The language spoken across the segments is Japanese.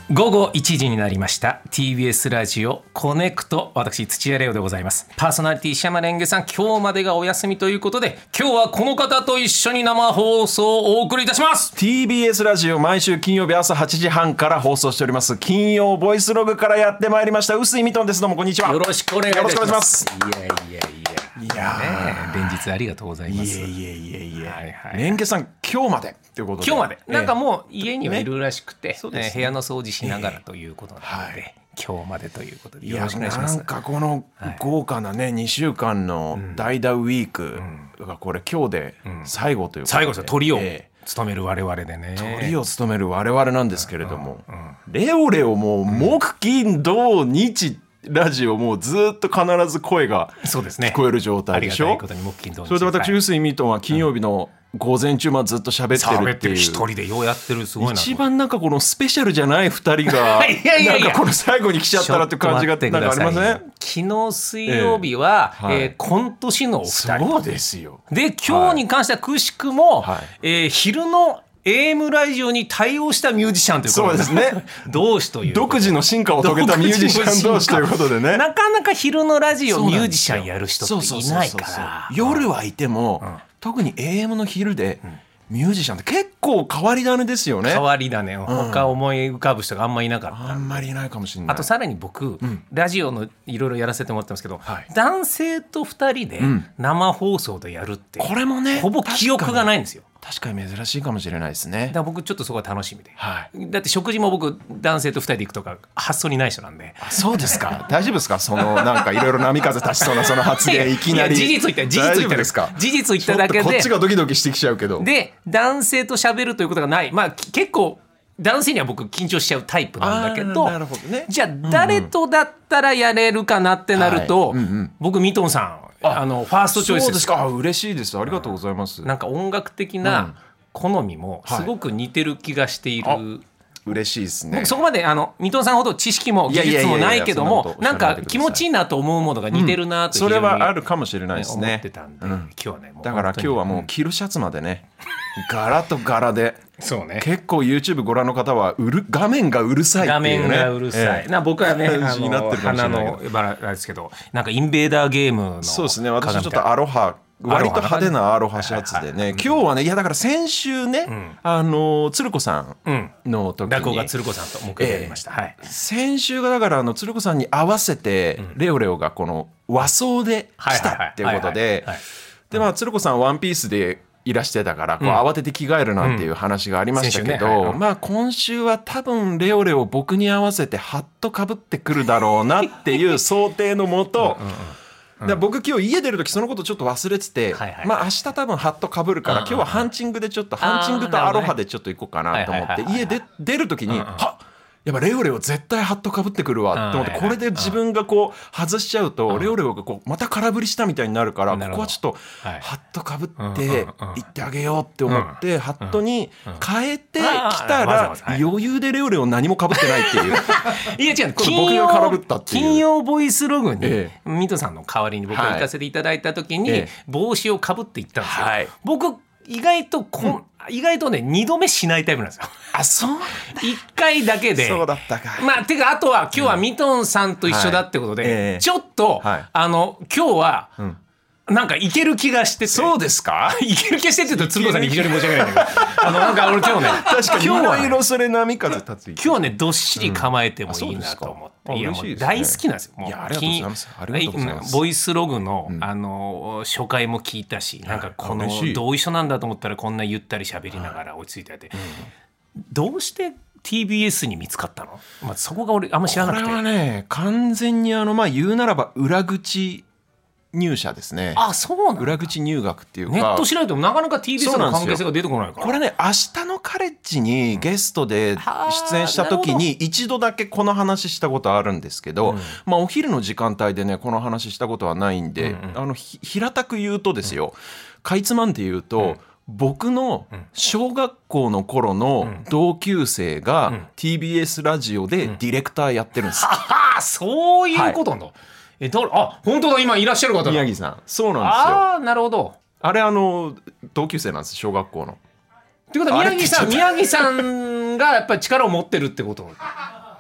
午後1時になりました。 TBS ラジオコネクト、私土屋レオでございます。パーソナリティ石山レンゲさん、今日までがお休みということで、今日はこの方と一緒に生放送をお送りいたします。 TBS ラジオ毎週金曜日朝8時半から放送しております金曜ボイスログからやってまいりました臼井ミトンです。どうもこんにちは。 よろしくお願いいたします。 よろしくお願いします。 いやね、連日ありがとうございます。 レンゲさん今日までということで、 今日までなんかもう家にはいるらしくて、部屋の掃除しながらということなので、今日までということでよろしくお願いします。 なんかこの豪華なね2週間の代打ウィークがこれ今日で最後ということで、 最後ですよ。トリを務める我々でね、 トリを務める我々なんですけれども、レオレオも木金土日ラジオもうずっと必ず声が聞こえる状態でしょ。それで私臼井ミトンは金曜日の午前中までずっと喋ってるっていう、 一人でようやってる、すごいな。 一番なんかこのスペシャルじゃない2人がなんかこの最後に来ちゃったらっていう感じがなんかありません？ 昨日水曜日は、今年のお二人そうですよ。 で今日に関してはくしくも、昼のAM ラジオに対応したミュージシャンということで、 そうですね同士という独自の進化を遂げたミュージシャン同士ということでね、 なかなか昼のラジオミュージシャンやる人っていないから、 夜はいても、特に AM の昼で、ミュージシャンって結構変わり種ですよね。 変わり種、他思い浮かぶ人があんまりいなかった。 あんまりいないかもしれない。 あとさらに僕、ラジオのいろいろやらせてもらってますけど、男性と2人で生放送でやるって、 これもねほぼ記憶がないんですよ。 確かに珍しいかもしれないですね。 だから僕ちょっとそこが楽しみで、だって食事も僕男性と2人で行くとか発想にない人なんで。 そうですか。大丈夫ですか、そのなんかいろいろ波風立ちそうなその発言いきなり。 事実言っただけでこっちがドキドキしてきちゃうけど、 で男性と喋るということがない。結構男性には僕緊張しちゃうタイプなんだけど、じゃあ誰とだったらやれるかなってなると、僕ミトンさんファーストチョイスです。 そうですか。嬉しいです。ありがとうございます。 なんか音楽的な好みもすごく似てる気がしている。 嬉しいですね。 そこまでミトンさんほど知識も技術もないけども、なんか気持ちいいなと思うものが似てるなという、 それはあるかもしれないですね。 思ってたんで、今日はね、 だから今日はもう着るシャツまでね、柄と柄で。 そうね、 結構 YouTube ご覧の方は画面がうるさいっていうね。 画面がうるさい、僕はね花のバラですけど、なんかインベーダーゲームの、 そうですね。私ちょっとアロハ、割と派手なアロハシャツでね、今日はね、いやだから先週ね、鶴子さんの時に落語が鶴子さんと木曜日やりました。 先週がだから鶴子さんに合わせて、レオレオがこの和装で来たっていうことで、鶴子さんワンピースでいらしてたからこう慌てて着替えるなんていう話がありましたけど、今週は多分レオレオ僕に合わせてハットかぶってくるだろうなっていう想定のもと、僕今日家出る時そのことちょっと忘れてて、明日多分ハットかぶるから今日はハンチングでちょっとハンチングとアロハでちょっと行こうかなと思って家出る時にやっぱレオレオ絶対ハットかぶってくるわって思って、これで自分がこう外しちゃうとレオレオがこうまた空振りしたみたいになるから、ここはちょっとハットかぶって行ってあげようって思ってハットに変えてきたら余裕でレオレオ何もかぶってないっていう。 いや違う、金曜ボイスログにミトさんの代わりに僕が行かせていただいた時に帽子をかぶって行ったんですよ。僕意外とね2度目しないタイプなんですよ。 そう1 回だけで。 そうだったか。 てかあとは今日はミトンさんと一緒だってことで、ちょっと今日はなんかいける気がしてて。 そうですか。 いける気がしてって言うと鶴子さんに非常に申し訳ないんだけど、なんか俺今日ね、 確かにいろいろそれ波風立つ。 今日はねどっしり構えてもいいなと思って、いやもう大好きなんですよ。 いやありがとうございます。ありがとうございます。 ボイスログの初回も聞いたし、なんかこの同意書なんだと思ったらこんなゆったり喋りながら落ち着いてて、どうして TBS に見つかったの？そこが俺あんま知らなくて。 これはね完全に言うならば裏口入社ですね。 そうなの。 裏口入学っていうか、 ネットしないとなかなか TBS の関係性が出てこないから。 これね、明日のカレッジにゲストで出演した時に一度だけこの話したことあるんですけど、お昼の時間帯でねこの話したことはないんで、平たく言うとですよ、かいつまんで言うと、僕の小学校の頃の同級生が TBS ラジオでディレクターやってるんです。 そういうことなんだ。本当だ、今いらっしゃる方だ。 宮城さん。そうなんですよ。 なるほど。 あれ同級生なんです、小学校の。 ってことは宮城さんがやっぱり力を持ってるってこと。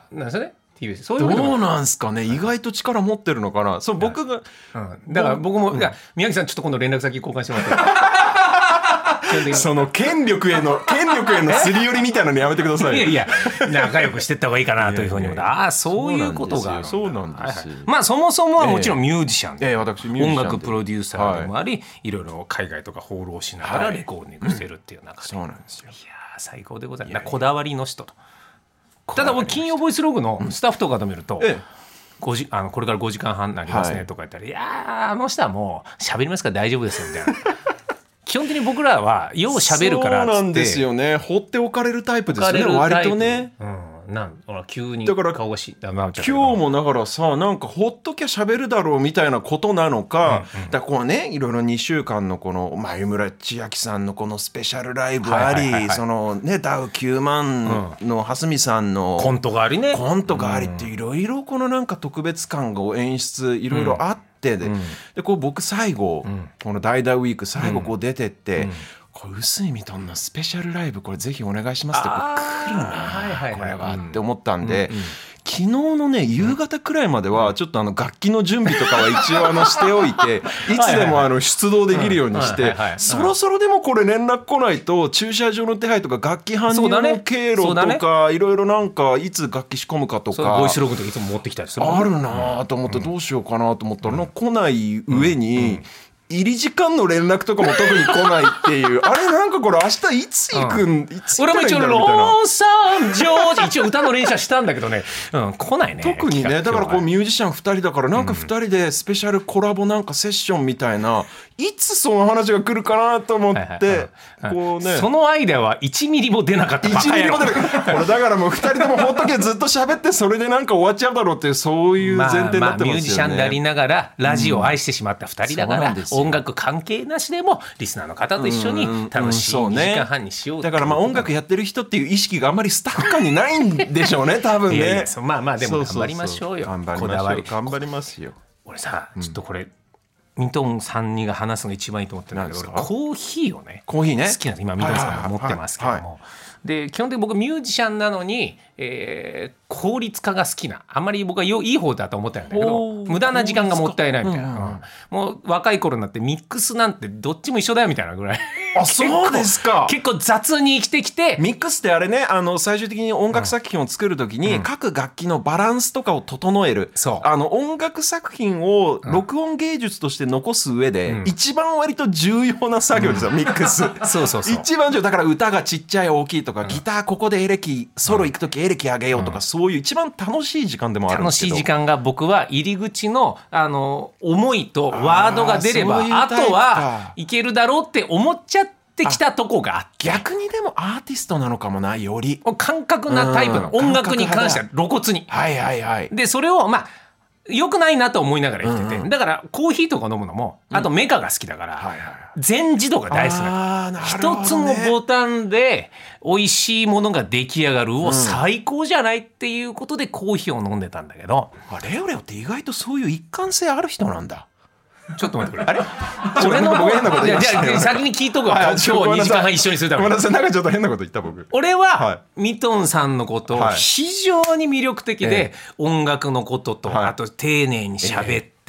なんですよね。そういうどうなんすかね、意外と力持ってるのかな。そう僕が、 だから僕も、宮城さんちょっと今度連絡先交換してもらって。 その権力へのすり寄りみたいなのやめてください。 いやいや、仲良くしてった方がいいかなというふうに思った。ああ、そういうことがある。 そうなんですよ。 まあそもそもはもちろんミュージシャンで、 私ミュージシャンで、 音楽プロデューサーでもあり、いろいろ海外とか放浪しながらレコーディングしてるっていう中で、 そうなんですよ。 いや最高でございます。こだわりの人と。ただ金曜ボイスログのスタッフとかと見ると、これから5時間半になりますねとか言ったら、いやあの人はもう喋りますから大丈夫ですよみたいな。基本的に僕らはよう喋るからっつって、 そうなんですよね。放っておかれるタイプですよね、割とね。 急に顔が今日もだからさ、なんかほっときゃ喋るだろうみたいなことなのか、だからこうね、いろいろ2週間のこの前村千秋さんのこのスペシャルライブあり、そのねダウ9万の蓮見さんのコントがありね、 コントがありっていろいろこのなんか特別感を演出いろいろあって、でこう僕最後この代打ウィーク最後こう出てって、これ臼井ミトンのスペシャルライブこれぜひお願いしますってこれ来るなこれはって思ったんで、昨日のね夕方くらいまではちょっと楽器の準備とかは一応しておいていつでも出動できるようにして、そろそろでもこれ連絡来ないと駐車場の手配とか楽器搬入の経路とかいろいろなんかいつ楽器仕込むかとかボイスログとかいつも持ってきたりするあるなと思ってどうしようかなと思ったら来ない上に入り時間の連絡とかも特に来ないっていうあれなんかこれ明日いつ行くん、いつ行ったらいいんだろうみたいな。 俺も一応ローサンジョージ一応歌の練習はしたんだけどね、来ないね特にね。だからこうミュージシャン2人だからなんか2人でスペシャルコラボなんかセッションみたいないつその話が来るかなと思ってこうね、 そのアイデアは1ミリも出なかった。 1ミリも出なかった。俺だからもう2人でもほっとけずっと喋ってそれでなんか終わっちゃうだろうっていうそういう前提になってますよね。 ミュージシャンでありながらラジオを愛してしまった2人だから、音楽関係なしでもリスナーの方と一緒に楽しい2時間半にしよう。 だから音楽やってる人っていう意識があんまりスタッフ間にないんでしょうね多分ね。いやいやでも頑張りましょうよ。 頑張りますよ。 俺さちょっとこれミトンさんにが話すのが一番いいと思ってるんだけど、俺コーヒーをね好きなんです。今ミトンさんが持ってますけども、で基本的に僕ミュージシャンなのに、効率化が好きな、あんまり僕はいい方だと思ってるんだけど無駄な時間がもったいないみたいな、もう若い頃になってミックスなんてどっちも一緒だよみたいなぐらいあそうですか。 結構雑に生きてきて、 ミックスってあれね最終的に音楽作品を作るときに、各楽器のバランスとかを整える、音楽作品を録音芸術として残す上で、一番割と重要な作業ですよ、ミックスそう一番重要だから。歌がちっちゃい大きいとか、ギターここでエレキソロ行くときエレキ上げようとか、そういう一番楽しい時間でもあるんですけど、 楽しい時間が僕は入り口の思いとワードが出ればあとはいけるだろうって思っちゃってきたとこがあって、 逆にでもアーティストなのかもな、より感覚なタイプの音楽に関しては露骨に、でそれを良くないなと思いながら生きてて、だからコーヒーとか飲むのもあとメカが好きだから、全自動が大好きなの。一つのボタンで美味しいものが出来上がる最高じゃないっていうことでコーヒーを飲んでたんだけど、 レオレオって意外とそういう一貫性ある人なんだ。 ちょっと待ってくれ。あれ俺のじゃあ先に聞いとくわ。今日2時間半一緒にするために。 ごめんなさい、なんかちょっと変なこと言った僕。 俺はミトンさんのことを非常に魅力的で、音楽のこととあと丁寧に喋って、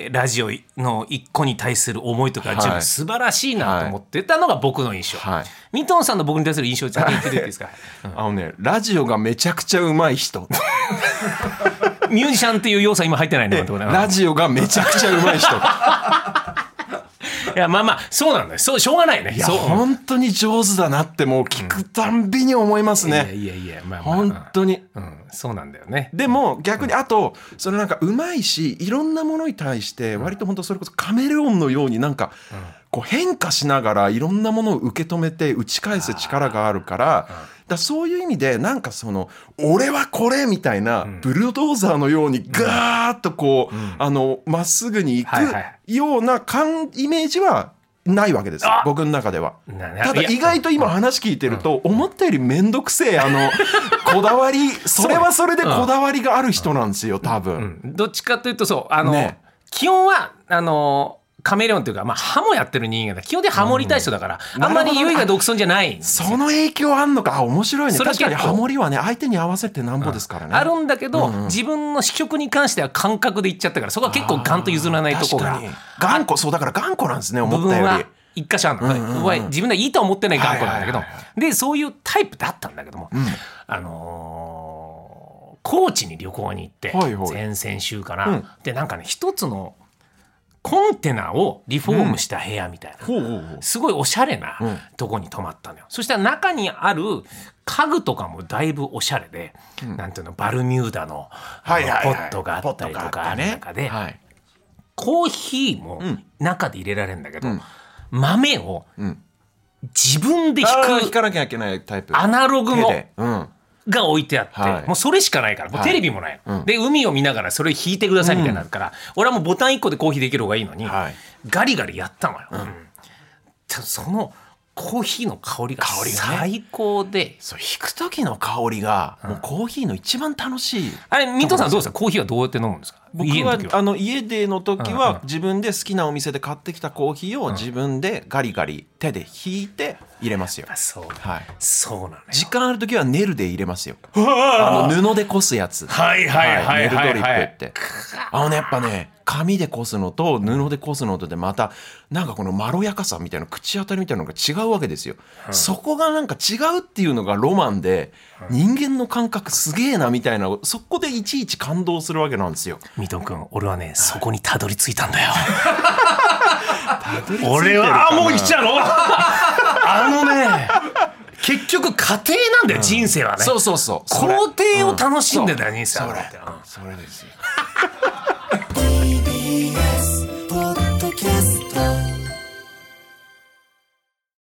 ラジオの一個に対する思いとか全部素晴らしいなと思ってたのが僕の印象。ミトンさんの僕に対する印象を先に言っていいですか。 ラジオがめちゃくちゃうまい人。 ミュージシャンっていう要素は今入ってないね。 ラジオがめちゃくちゃうまい人。 いやそうなんだよ。そうしょうがないね。 いや本当に上手だなってもう聞くたんびに思いますね。 いや本当に、 そうなんだよね。 でも逆にあとそのなんかうまいし、いろんなものに対して割と本当それこそカメレオンのようになんかこう変化しながらいろんなものを受け止めて打ち返す力があるから。そういう意味でなんかその俺はこれみたいなブルドーザーのようにガーッとこうまっすぐに行くようなイメージはないわけですよ、僕の中では。ただ意外と今話聞いてると思ったより面倒くせえこだわりそれはそれでこだわりがある人なんですよ多分。 どっちかというとそう基本はカメレオンというか、ハモやってる人間だ。基本的にハモりたい人だから、あんまり優位が独尊じゃない。 その影響あんのか。面白いね。確かにハモりはね、相手に合わせてなんぼですからね。 あるんだけど、自分の試食に関しては感覚でいっちゃったから、そこは結構ガンと譲らないとこが。 頑固、そうだから頑固なんですね、思ったより。 一箇所あるの、自分でいいと思ってない頑固なんだけど、でそういうタイプだったんだけども、高知に旅行に行って、先々週かな、でなんかね一つのコンテナをリフォームした部屋みたいな、すごいおしゃれなとこに泊まったのよ。そしたら中にある家具とかもだいぶおしゃれで、なんていうの、バルミューダのポットがあったりとかある中で、コーヒーも中で入れられるんだけど、豆を自分で引かなきゃいけないタイプ、 アナログのが置いてあって、もうそれしかないから、もうテレビもない、で海を見ながらそれ引いてくださいみたいになるから、俺はもうボタン1個でコーヒーできる方がいいのに、ガリガリやったのよ、そのコーヒーの香りが最高で、 そう引く時の香りがもうコーヒーの一番楽しい。 あれ水戸さんどうですか、コーヒーはどうやって飲むんですか。 僕は家での時は自分で好きなお店で買ってきたコーヒーを自分でガリガリ手で引いて入れますよ。 そうなのよ。 時間ある時はネルで入れますよ。布でこすやつ、ネルドリップって、やっぱね、紙でこすのと布でこすのとでまたなんかこのまろやかさみたいな、口当たりみたいなのが違うわけですよ、そこがなんか違うっていうのがロマンで、人間の感覚すげえなみたいな、そこでいちいち感動するわけなんですよ。 水戸君、俺はね、そこにたどり着いたんだよ。俺はもう来ちゃうの結局家庭なんだよ、人生はね。 そう工程を楽しんでたよ、人生は。 それですよ。